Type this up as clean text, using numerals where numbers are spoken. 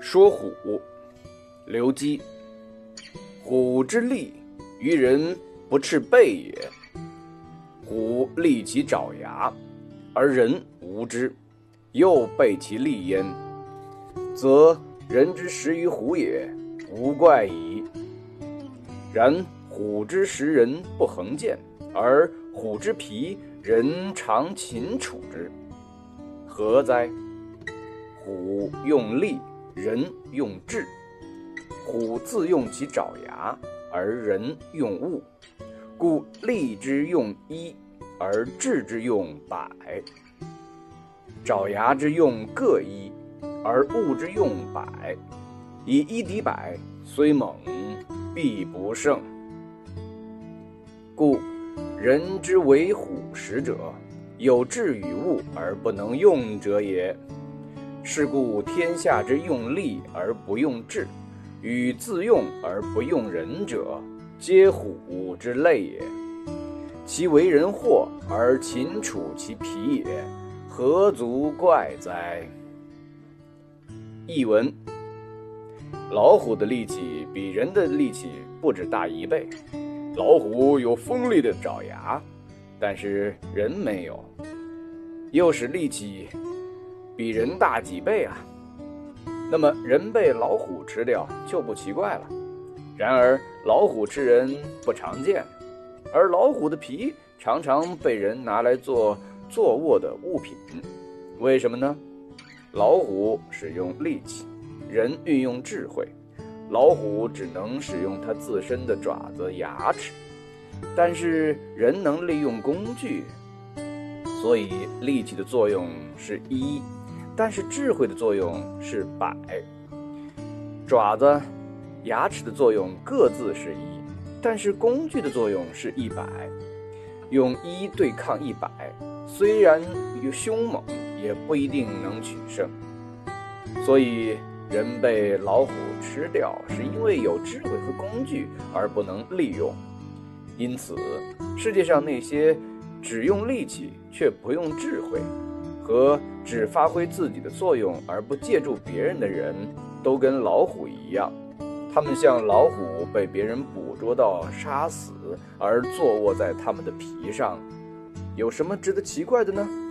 说虎，刘基。虎之利，于人不赤背也。虎利其爪牙，而人无之，又备其利焉，则人之食于虎也，无怪矣。然虎之食人不恒见，而虎之皮人常禽处之，何哉？虎用利，人用智。虎自用其爪牙，而人用物，故利之用一，而智之用百。爪牙之用各一，而物之用百。以一敌百，虽猛，必不胜。故人之为虎食者，有智与物而不能用者也。是故天下之用利而不用智，与自用而不用人者，皆虎之类也。其为人祸而禽处其皮也，何足怪哉？译文：老虎的力气比人的力气不止大1倍，老虎有锋利的爪牙，但是人没有，又使力气比人大几倍啊。那么人被老虎吃掉就不奇怪了。然而老虎吃人不常见，而老虎的皮常常被人拿来做坐卧的物品。为什么呢？老虎使用力气，人运用智慧。老虎只能使用它自身的爪子、牙齿，但是人能利用工具，所以力气的作用是1，但是智慧的作用是100。爪子、牙齿的作用各自是1，但是工具的作用是100。用1对抗100，虽然凶猛，也不一定能取胜。所以人被老虎吃掉，是因为有智慧和工具而不能利用。因此，世界上那些只用力气却不用智慧，和只发挥自己的作用而不借助别人的人，都跟老虎一样。他们像老虎被别人捕捉到杀死，而坐卧在他们的皮上，有什么值得奇怪的呢？